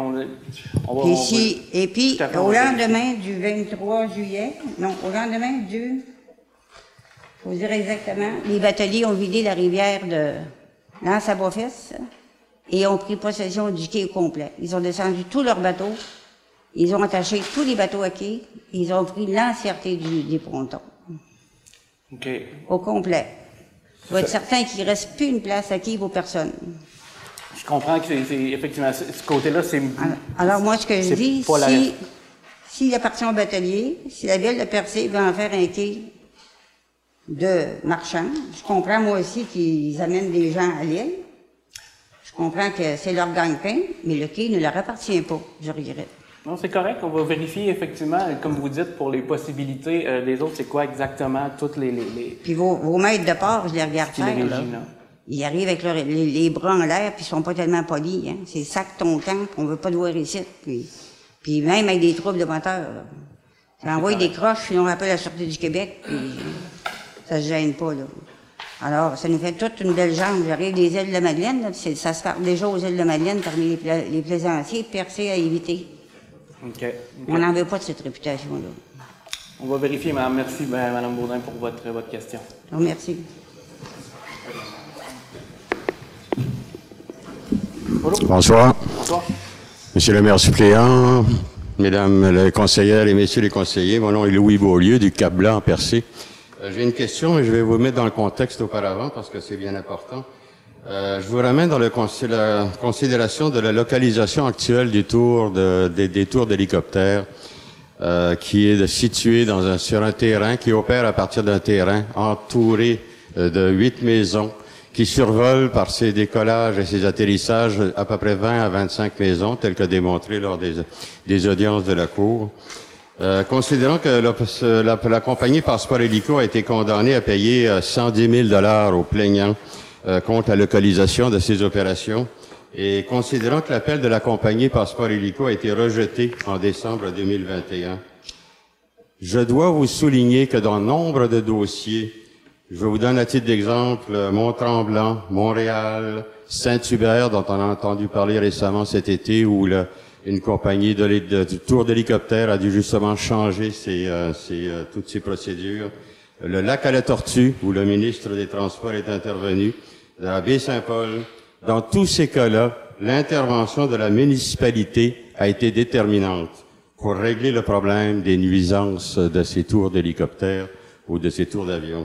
Et puis, au lendemain du 23 juillet, non, au lendemain du... faut dire exactement, les bateliers ont vidé la rivière de l'Anse-à-Bois-Fils et ont pris possession du quai au complet. Ils ont descendu tous leurs bateaux. Ils ont attaché tous les bateaux à quai. Ils ont pris l'entièreté des pontons. OK. Au complet. Il faut être certain qu'il ne reste plus une place à quai pour personne. Je comprends que c'est effectivement, ce côté-là, c'est... Alors moi, ce que je dis, s'il appartient au batelier, si la ville de Percé veut en faire un quai de marchands, je comprends moi aussi qu'ils amènent des gens à l'île. Je comprends que c'est leur gagne-pain, mais le quai ne leur appartient pas. Je regrette. Non, c'est correct. On va vérifier, effectivement, comme vous dites, pour les possibilités des autres, c'est quoi exactement toutes les... Puis vos maîtres de port, je les regarde faire, là. Ils arrivent avec les bras en l'air, puis ils sont pas tellement polis, hein. C'est sac ton camp, on veut pas te voir ici. Puis même avec des troubles de moteur, là. Ça envoie des croches, puis on rappelle la Sûreté du Québec, puis ça se gêne pas, là. Alors, ça nous fait toute une belle jambe. J'arrive des îles de Madeleine, là, ça se parle déjà aux îles de Madeleine parmi les plaisanciers, Percé à éviter. Okay. On n'en veut pas de cette réputation-là. On va vérifier, madame. Merci, madame Baudin, pour votre question. Oh, merci. Bonsoir. Bonsoir. Monsieur le maire suppléant, mesdames les conseillères et messieurs les conseillers, mon nom est Louis Beaulieu du Cap-Blanc, Percé. J'ai une question et je vais vous mettre dans le contexte auparavant parce que c'est bien important. Je vous ramène dans la considération de la localisation actuelle des tours d'hélicoptères qui est situé sur un terrain, qui opère à partir d'un terrain entouré de 8 maisons qui survolent par ses décollages et ses atterrissages à peu près 20 à 25 maisons, telles que démontré lors des audiences de la Cour. Considérant que la compagnie Passeport Hélico a été condamnée à payer 110 000 aux plaignants contre la localisation de ces opérations, et considérant que l'appel de la compagnie Passeport Hélico a été rejeté en décembre 2021, je dois vous souligner que dans nombre de dossiers, je vous donne à titre d'exemple Mont-Tremblant, Montréal, Saint-Hubert, dont on a entendu parler récemment cet été, où une compagnie du tour d'hélicoptère a dû justement changer toutes ses procédures. Le lac à la Tortue, où le ministre des Transports est intervenu, de la baie Saint-Paul. Dans tous ces cas-là, l'intervention de la municipalité a été déterminante pour régler le problème des nuisances de ces tours d'hélicoptères ou de ces tours d'avion.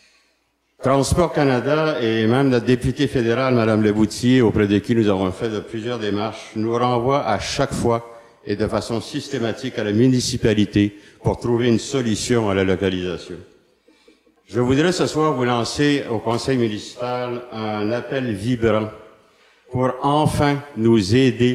Transport Canada et même notre députée fédérale, Mme Leboutier, auprès de qui nous avons fait de plusieurs démarches, nous renvoie à chaque fois et de façon systématique à la municipalité pour trouver une solution à la localisation. Je voudrais ce soir vous lancer au conseil municipal un appel vibrant pour enfin nous aider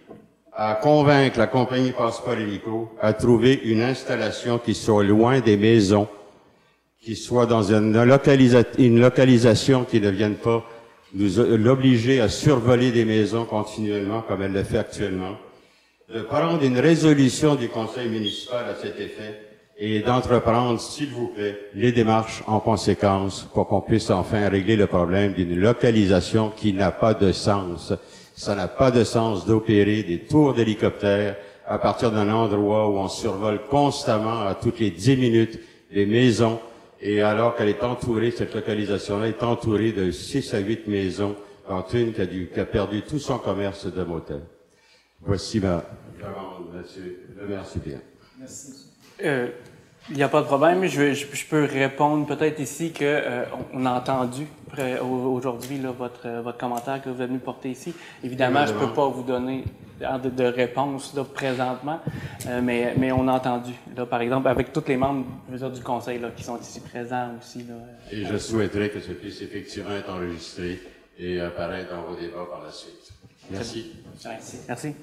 à convaincre la compagnie Passeport Hélico à trouver une installation qui soit loin des maisons, qui soit dans une localisation qui ne vienne pas l'obliger à survoler des maisons continuellement comme elle le fait actuellement, de prendre une résolution du conseil municipal à cet effet et d'entreprendre, s'il vous plaît, les démarches en conséquence pour qu'on puisse enfin régler le problème d'une localisation qui n'a pas de sens. Ça n'a pas de sens d'opérer des tours d'hélicoptères à partir d'un endroit où on survole constamment à toutes les 10 minutes des maisons, et alors qu'elle est entourée, cette localisation-là est entourée de 6 à 8 maisons, dont une qui a perdu tout son commerce de motel. Voici ma demande, monsieur le maire suppléant. Merci. Il n'y a pas de problème. Je peux répondre peut-être ici que on a entendu aujourd'hui là, votre commentaire que vous êtes venu porter ici. Évidemment, je ne peux pas vous donner de réponse là, présentement, mais on a entendu. Là, par exemple, avec tous les membres du conseil là, qui sont ici présents aussi. Là, et je souhaiterais que ce puisse effectivement être enregistré et apparaître dans vos débats par la suite. Merci. Merci. Merci.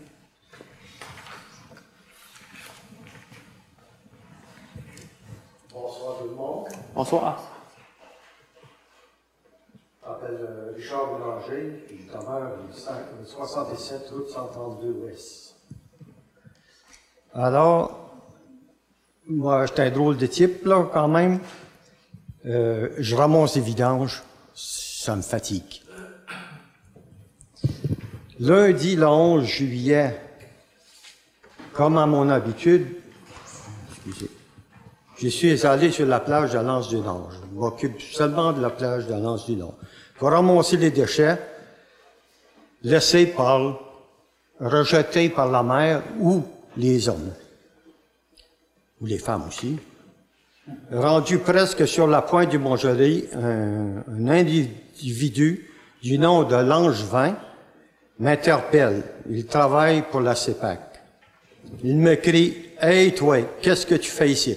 Bonsoir tout le monde. Bonsoir. Je m'appelle Richard Boulanger et je demeure 67 route 132 Ouest. Alors, moi, j'étais un drôle de type, là, quand même. Je ramasse les vidanges, ça me fatigue. Lundi, le 11 juillet, comme à mon habitude, je suis allé sur la plage de l'Anse-du-Nord. Je m'occupe seulement de la plage de l'Anse-du-Nord. Pour ramasser les déchets rejetés par la mer ou les hommes. Ou les femmes aussi. Rendu presque sur la pointe du Mont-Gelé, un individu du nom de Langevin m'interpelle. Il travaille pour la CEPAC. Il me crie « Hey toi, qu'est-ce que tu fais ici ?»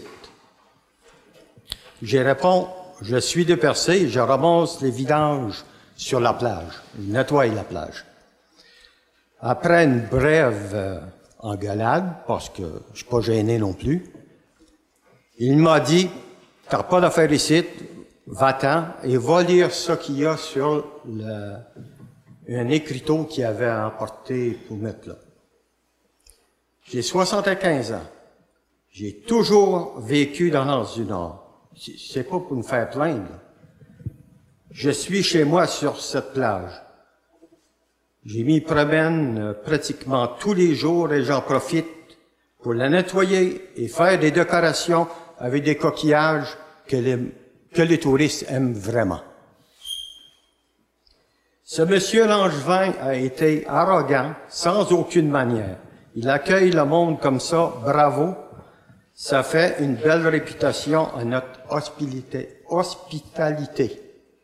Je réponds, je suis de Percé, je ramasse les vidanges sur la plage. Je nettoie la plage. Après une brève engueulade, parce que je suis pas gêné non plus, il m'a dit, t'as pas d'affaire ici, va-t'en et va lire ce qu'il y a sur un écriteau qu'il avait emporté pour mettre là. J'ai 75 ans. J'ai toujours vécu dans l'Anse-du-Nord. C'est pas pour me faire plaindre. Je suis chez moi sur cette plage. J'ai m'y promène pratiquement tous les jours et j'en profite pour la nettoyer et faire des décorations avec des coquillages que les touristes aiment vraiment. Ce monsieur Langevin a été arrogant, sans aucune manière. Il accueille le monde comme ça, bravo. Ça fait une belle réputation à notre hospitalité.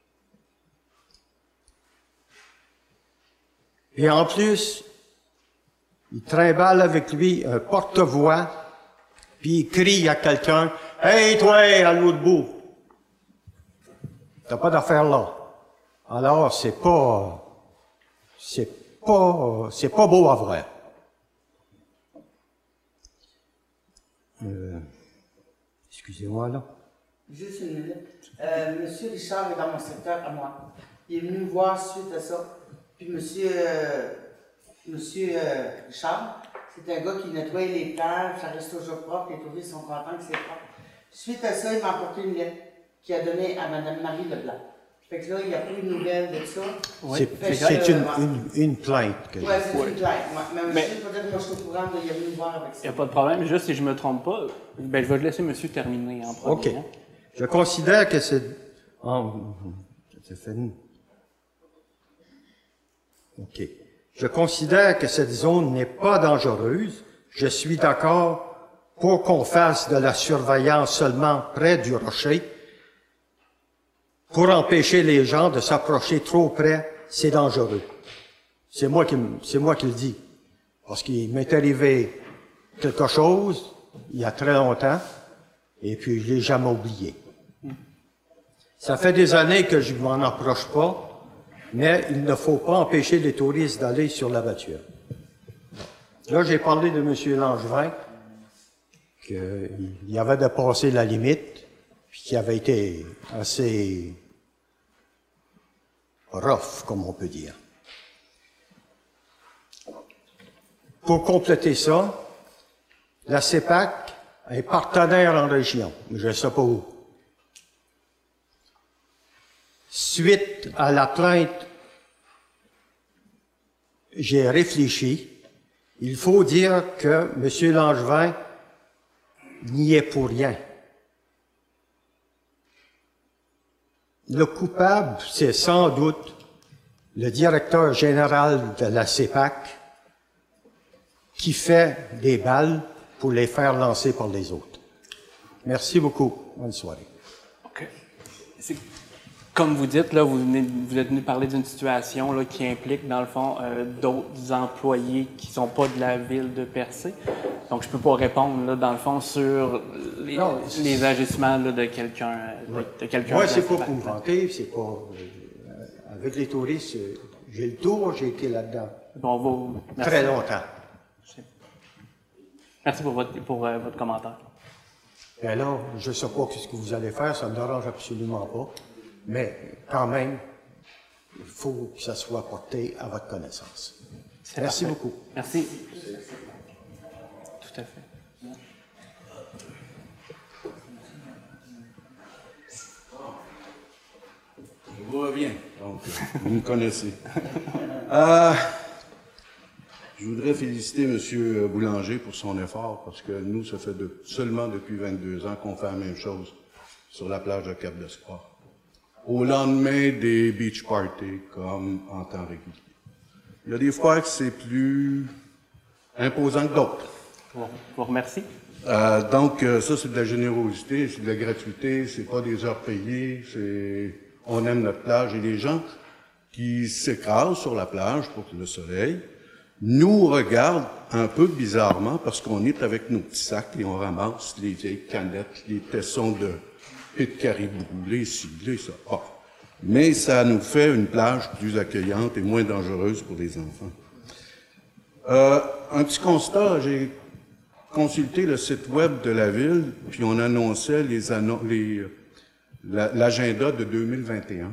Et en plus, il trimballe avec lui un porte-voix, puis il crie à quelqu'un, « Hey, toi, à l'autre bout! T'as pas d'affaire là. » Alors, c'est pas beau à voir. Excusez-moi, là. Juste une minute. Monsieur Richard est dans mon secteur à moi. Il est venu me voir suite à ça. Puis monsieur Richard, c'est un gars qui nettoie les plages, ça reste toujours propre, les touristes sont contents que c'est propre. Suite à ça, il m'a apporté une lettre qu'il a donnée à Mme Marie Leblanc. Fait que là, il n'y a plus de nouvelles de ça. Oui. C'est une plainte. Oui, c'est une plainte. Mais peut-être que moi, je suis au courant de il est venu me voir avec ça. Il n'y a pas de problème. Juste si je ne me trompe pas, ben, je vais laisser monsieur terminer en premier. OK. Je considère que c'est... OK. Je considère que cette zone n'est pas dangereuse. Je suis d'accord pour qu'on fasse de la surveillance seulement près du rocher. Pour empêcher les gens de s'approcher trop près, c'est dangereux. C'est moi qui le dis. Parce qu'il m'est arrivé quelque chose il y a très longtemps, et puis je l'ai jamais oublié. Ça fait des années que je m'en approche pas, mais il ne faut pas empêcher les touristes d'aller sur la Batuelle. Là, j'ai parlé de M. Langevin, qu'il avait dépassé la limite, puis qui avait été assez rough, comme on peut dire. Pour compléter ça, la CEPAC est partenaire en région, mais je ne sais pas où. Suite à la plainte, j'ai réfléchi. Il faut dire que M. Langevin n'y est pour rien. le coupable, c'est sans doute le directeur général de la CEPAC qui fait des balles pour les faire lancer par les autres. Merci beaucoup. Bonne soirée. OK. Comme vous dites, là, vous êtes venu parler d'une situation là, qui implique, dans le fond, d'autres employés qui ne sont pas de la ville de Percé. Donc, je ne peux pas répondre, là, dans le fond, sur les agissements là, de quelqu'un. Moi, c'est pas pour me vanter, c'est pas... avec les touristes, j'ai le tour, j'ai été là-dedans. Bon, très longtemps. Merci pour votre commentaire. Et alors, je ne sais pas ce que vous allez faire, ça ne me dérange absolument pas. Mais quand même, il faut que ça soit porté à votre connaissance. Merci beaucoup. Merci. Tout à fait. Je vous reviens. Donc, vous me connaissez. Je voudrais féliciter M. Boulanger pour son effort, parce que nous, ça fait seulement depuis 22 ans qu'on fait la même chose sur la plage de Cap-d'Espoir. Au lendemain des beach parties, comme en temps régulier. Il y a des fois que c'est plus imposant que d'autres. Je vous remercie. Donc, ça, c'est de la générosité, c'est de la gratuité, c'est pas des heures payées, on aime notre plage. Et les gens qui s'écrasent sur la plage pour le soleil nous regardent un peu bizarrement parce qu'on est avec nos petits sacs et on ramasse les vieilles canettes, les tessons de caribou, les ci, les ça. Ah. Mais ça nous fait une plage plus accueillante et moins dangereuse pour les enfants. Un petit constat, j'ai consulté le site web de la ville, puis on annonçait l'agenda de 2021.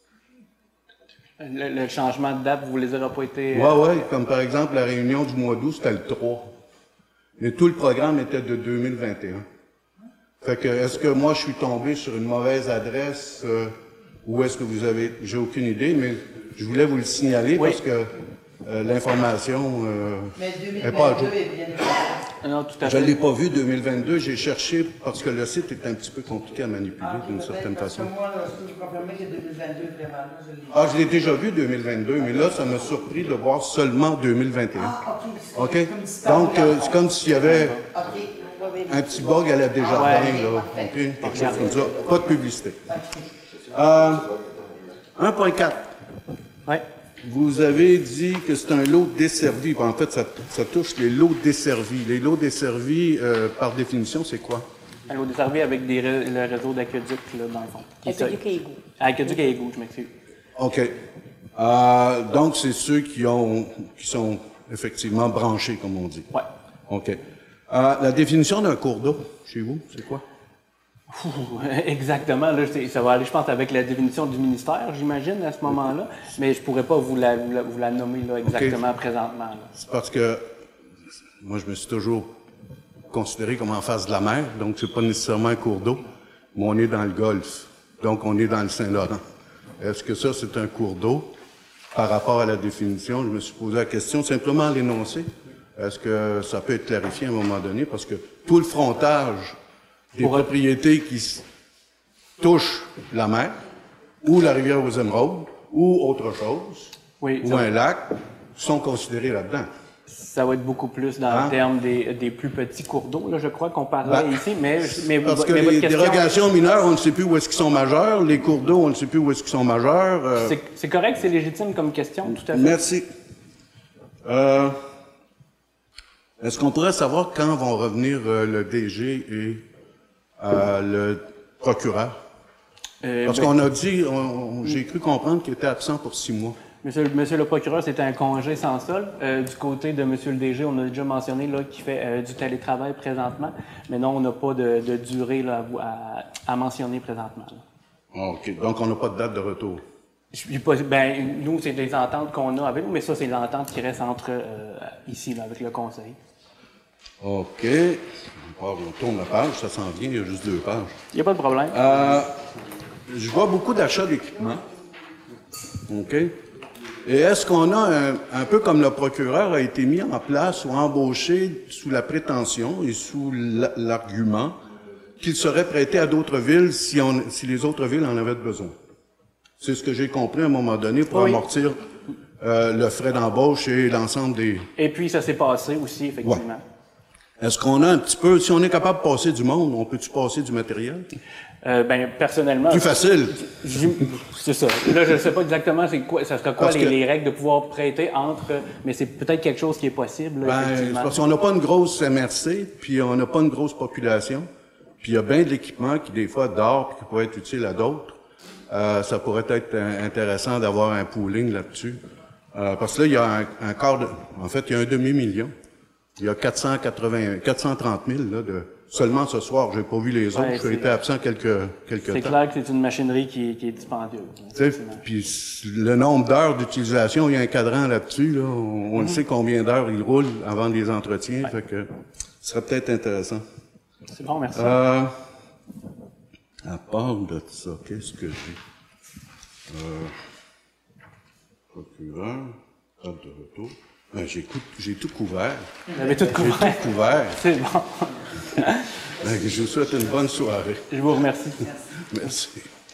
Le changement de date, vous les aurez pas été... Oui, comme par exemple la réunion du mois d'août, c'était le 3. Mais tout le programme était de 2021. Fait que, est-ce que moi, je suis tombé sur une mauvaise adresse ou est-ce que vous avez... J'ai aucune idée, mais je voulais vous le signaler parce que l'information n'est pas à jour. Non, tout à fait. Je ne l'ai pas vu 2022, j'ai cherché parce que le site est un petit peu compliqué à manipuler d'une certaine façon. Moi, là, je peux vous confirmer que 2022, vraiment, je l'ai déjà vu 2022, mais là, ça m'a surpris de voir seulement 2021. OK? Donc, c'est comme s'il y avait un petit bug à la Desjardins, là. OK? Quelque chose comme ça. Pas de publicité. 1.4. Oui. Vous avez dit que c'est un lot desservi. En fait, ça touche les lots desservis. Les lots desservis, par définition, c'est quoi? Un lot desservi avec le réseau d'aqueduc, là, dans le fond. Aqueduc et égout. Aqueduc et égout, je m'excuse. OK. Donc, c'est ceux qui sont effectivement branchés, comme on dit. Oui. OK. La définition d'un cours d'eau, chez vous, c'est quoi? Exactement. Là, ça va aller, je pense, avec la définition du ministère, j'imagine, à ce moment-là. Mais je ne pourrais pas vous la nommer là, exactement présentement. Là. C'est parce que moi, je me suis toujours considéré comme en face de la mer, donc c'est pas nécessairement un cours d'eau, mais on est dans le Golfe, donc on est dans le Saint-Laurent. Est-ce que ça, c'est un cours d'eau? Par rapport à la définition, je me suis posé la question, simplement l'énoncer. Est-ce que ça peut être clarifié à un moment donné? Parce que tout le frontage des propriétés qui touchent la mer, ou la rivière aux Émeraudes, ou autre chose, ou un lac, sont considérés là-dedans. Ça va être beaucoup plus dans le terme des plus petits cours d'eau, là, je crois qu'on parlait ici, mais parce que les dérogations mineures, on ne sait plus où est-ce qu'ils sont majeurs, les cours d'eau, on ne sait plus où est-ce qu'ils sont majeurs. C'est correct, c'est légitime comme question, tout à fait. Merci. Est-ce qu'on pourrait savoir quand vont revenir le DG et le procureur? Parce qu'on a dit, j'ai cru comprendre qu'il était absent pour 6 mois. Monsieur le procureur, c'était un congé sans solde. Du côté de Monsieur le DG, on a déjà mentionné qu'il fait du télétravail présentement, mais non, on n'a pas de durée là, à mentionner présentement. Là. OK. Donc, on n'a pas de date de retour? Nous, c'est des ententes qu'on a avec nous, mais ça, c'est l'entente qui reste entre ici, là, avec le conseil. OK. On tourne la page, ça s'en vient, il y a juste 2 pages. Il n'y a pas de problème. Je vois beaucoup d'achats d'équipements. OK. Et est-ce qu'on a, un peu comme le procureur a été mis en place ou embauché sous la prétention et sous l'argument qu'il serait prêté à d'autres villes si les autres villes en avaient besoin? C'est ce que j'ai compris à un moment donné pour amortir le frais d'embauche et l'ensemble des... Et puis, ça s'est passé aussi, effectivement. Ouais. Est-ce qu'on a un petit peu... Si on est capable de passer du monde, on peut-tu passer du matériel? Personnellement... Plus facile. C'est ça. Là, je ne sais pas exactement c'est quoi, ça serait quoi les règles de pouvoir prêter entre... Mais c'est peut-être quelque chose qui est possible. Parce qu'on n'a pas une grosse MRC, puis on n'a pas une grosse population, puis il y a bien de l'équipement qui, des fois, dort puis qui pourrait être utile à d'autres. Ça pourrait être intéressant d'avoir un pooling là-dessus. Parce que là, il y a un quart de... En fait, il y a un demi-million. Il y a 430 000 là, seulement ce soir. J'ai pas vu les autres. J'ai été absent quelques temps. C'est clair que c'est une machinerie qui est dispendieuse. Puis le nombre d'heures d'utilisation, il y a un cadran là-dessus. Là. On le sait combien d'heures il roule avant les entretiens. Fait que ce serait peut-être intéressant. C'est bon, merci. À part de ça, qu'est-ce que j'ai? Procureur, carte de retour. J'ai tout couvert. Vous avez tout couvert? J'ai tout couvert. C'est bon. Je vous souhaite une bonne soirée. Je vous remercie. Merci.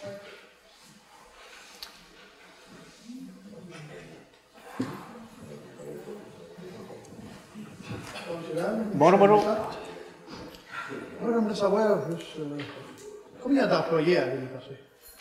Bonjour, bonjour. Moi, j'aimerais savoir juste combien d'employés avez-vous passé?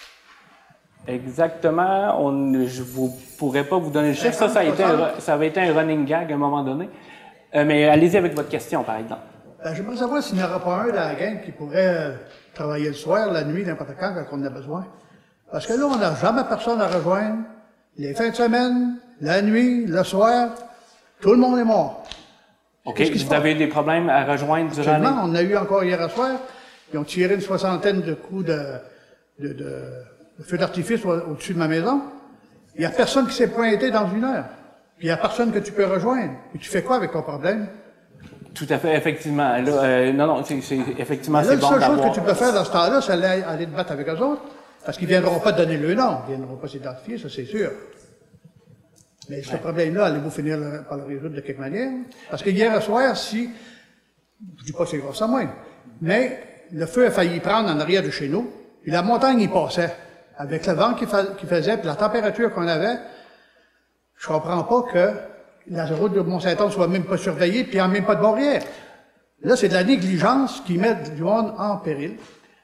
Exactement. Je ne pourrais pas vous donner le chiffre. Ça avait été un running gag à un moment donné. Mais allez-y avec votre question, par exemple. J'aimerais savoir s'il n'y aura pas un dans la gang qui pourrait travailler le soir, la nuit, n'importe quand on en a besoin. Parce que là, on n'a jamais personne à rejoindre. Les fins de semaine, la nuit, le soir, tout le monde est mort. OK. Vous avez des problèmes à rejoindre durant la nuit? On a eu encore hier soir. Ils ont tiré une 60aine de coups de feu d'artifice au-dessus de ma maison. Il n'y a personne qui s'est pointé dans une heure. Puis il n'y a personne que tu peux rejoindre. Et tu fais quoi avec ton problème? Tout à fait, effectivement. Là, non, effectivement, c'est bon d'avoir... La seule chose que tu peux faire dans ce temps-là, c'est aller te battre avec eux autres. Parce qu'ils ne viendront pas te donner le nom. Ils ne viendront pas s'identifier, ça c'est sûr. Mais ce problème-là, allez-vous finir par le résoudre de quelque manière? Parce que hier soir, je ne dis pas que c'est grâce à moi, mais le feu a failli prendre en arrière de chez nous, puis la montagne y passait. Avec le vent qui faisait, puis la température qu'on avait, je comprends pas que la route de Mont-Saint-Anne soit même pas surveillée, puis il n'y a même pas de barrière. Là, c'est de la négligence qui met du monde en péril.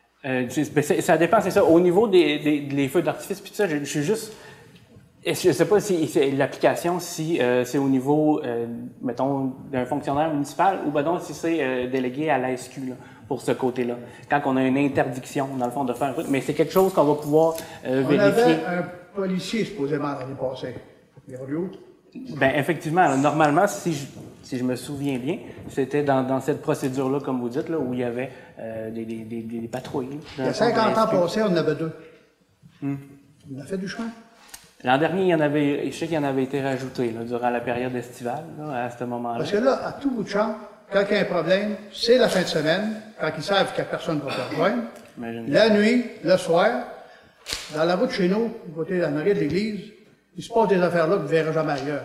Ça dépend, c'est ça. Au niveau des feux d'artifice, puis tout ça, je suis juste... Je ne sais pas si c'est l'application, si c'est au niveau, mettons, d'un fonctionnaire municipal, ou ben donc si c'est délégué à la SQ, là, pour ce côté-là. Quand on a une interdiction, dans le fond, de faire un truc. Mais c'est quelque chose qu'on va pouvoir vérifier. On avait un policier, supposément, l'année passée. Il est où? Ben effectivement, alors, normalement, si je me souviens bien, c'était dans cette procédure-là, comme vous dites, là, où il y avait des patrouilles. Il y a 50 ans passés, on en avait 2. On a fait du chemin. L'an dernier, je sais qu'il y en avait été rajouté là, durant la période estivale, là, à ce moment-là. Parce que là, à tout bout de champ, quand il y a un problème, c'est la fin de semaine, quand ils savent qu'il n'y a personne pour te rejoindre. La nuit, le soir, dans la route chez nous, du côté de la mairie de l'église, il se passe des affaires là que vous ne verrez jamais ailleurs.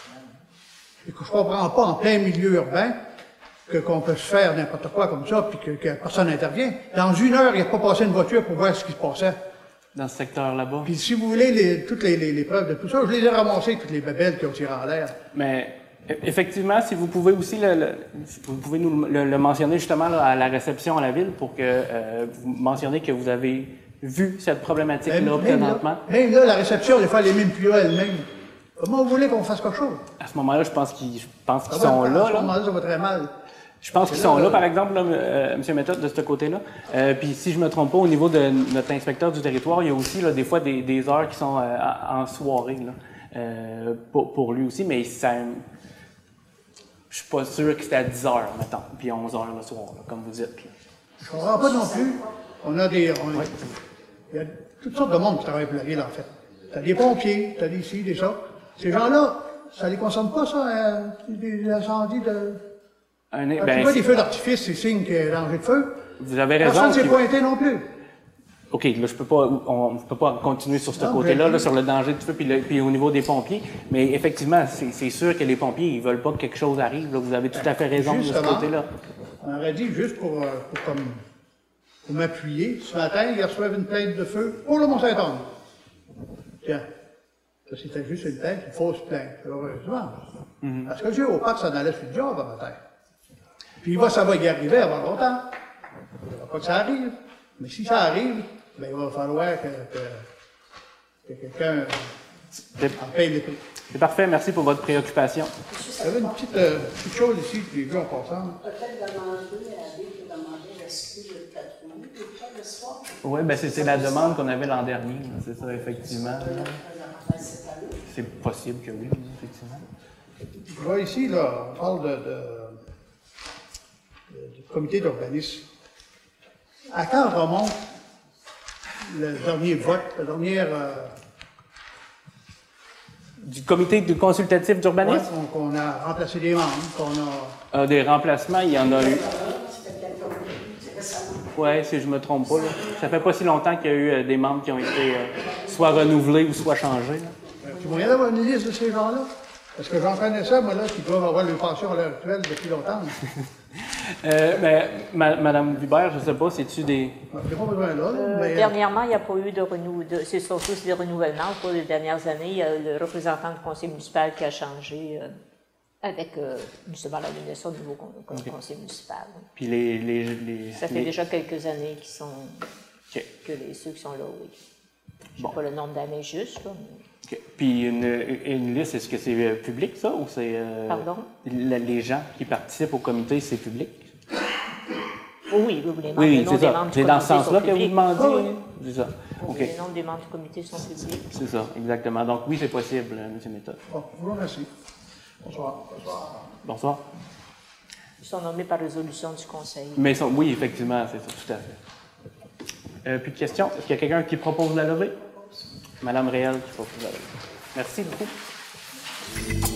Et que je ne comprends pas en plein milieu urbain qu'on peut se faire n'importe quoi comme ça, puis que personne n'intervient. Dans une heure, il n'y a pas passé une voiture pour voir ce qui se passait. Dans ce secteur là-bas. Puis si vous voulez toutes les preuves de tout ça, je les ai ramassées, toutes les babelles qui ont tiré en l'air. Mais effectivement, si vous pouvez aussi vous pouvez nous le mentionner justement là, à la réception à la ville pour que vous mentionniez que vous avez vu cette problématique-là présentement. Même là, la réception, des fois, elle est même plus là elle-même. Comment vous voulez qu'on fasse quelque chose? À ce moment-là, je pense qu'ils sont là. À ce moment-là, ça va très mal. Je pense qu'ils sont là, par exemple, là, M. Méthode, de ce côté-là. Puis si je me trompe pas, au niveau de notre inspecteur du territoire, il y a aussi là, des fois des heures qui sont en soirée là, pour lui aussi, mais ça, je suis pas sûr que c'était à 10 heures, mettons, puis 11 heures le soir, là, comme vous dites. Là. Je comprends pas non plus. On a il y a toutes sortes de monde qui travaille pour la ville, en fait. T'as des pompiers, t'as des ci, des ça. Ces gens-là, ça les concerne pas, ça, des incendies de... Quand tu vois des feux d'artifice, c'est signe qu'il y a danger de feu. Vous avez raison. Personne ne s'est pointé non plus. OK, là, on ne peut pas continuer sur ce côté-là, là, sur le danger de feu, puis au niveau des pompiers. Mais effectivement, c'est sûr que les pompiers, ils veulent pas que quelque chose arrive. Là. Vous avez tout à fait raison de ce côté-là. On aurait dit, juste pour m'appuyer, ce matin, ils reçoivent une plainte de feu pour le Mont-Saint-Anne. Tiens, ça c'était juste une plainte, une fausse plainte, heureusement. Parce que Dieu, au pas que ça n'allait sur le job à matin. Puis ça va y arriver avant longtemps. Il ne faudra pas que ça arrive. Mais si ça arrive, ben, il va falloir que quelqu'un en paye les prix. C'est parfait, merci pour votre préoccupation. Il y avait une petite chose ici que j'ai vue en passant. Peut-être demander à Bill de demander l'excuse de patrouille, le soir. Oui, ben c'est la demande qu'on avait l'an dernier, c'est ça, effectivement. C'est possible que oui, effectivement. Je vois ici, là, on parle du comité d'urbanisme. À quand remonte le dernier vote, la dernière... Du comité consultatif d'urbanisme? Oui, qu'on a remplacé des membres, qu'on a... Des remplacements, il y en a eu. Oui, si je ne me trompe pas. Là. Ça fait pas si longtemps qu'il y a eu des membres qui ont été soit renouvelés ou soit changés. Tu moyen d'avoir une liste de ces gens-là? Parce que j'en connais ça, moi, là, qui doivent avoir leur pension à l'heure actuelle depuis longtemps. Madame Hubert, je ne sais pas, c'est-tu des... J'ai pas besoin là, mais... Dernièrement, il n'y a pas eu de renouvellement. C'est surtout des renouvellements au cours des dernières années. Il y a le représentant du conseil municipal qui a changé avec justement la nomination du nouveau conseil municipal. Puis ça fait déjà quelques années qu'ils sont... que ceux qui sont là, oui. Je ne sais pas le nombre d'années juste, là, mais... Okay. Puis une liste, est-ce que c'est public, ça, ou c'est... Pardon? Les gens qui participent au comité, c'est public? Oui, les membres, oui, le nom des membres du c'est dans ce comité sens-là sont que vous publics. demandez? C'est ça. Oui, Okay. les noms des membres du comité sont publics. C'est ça, exactement. Donc oui, c'est possible, M. Méthode. Bon, je vous remercie. Bonsoir. Bonsoir. Bonsoir. Ils sont nommés par résolution du conseil. Mais oui, effectivement, c'est ça, tout à fait. Plus de questions? Est-ce qu'il y a quelqu'un qui propose la levée? Madame Réal qui propose la levée. Merci beaucoup.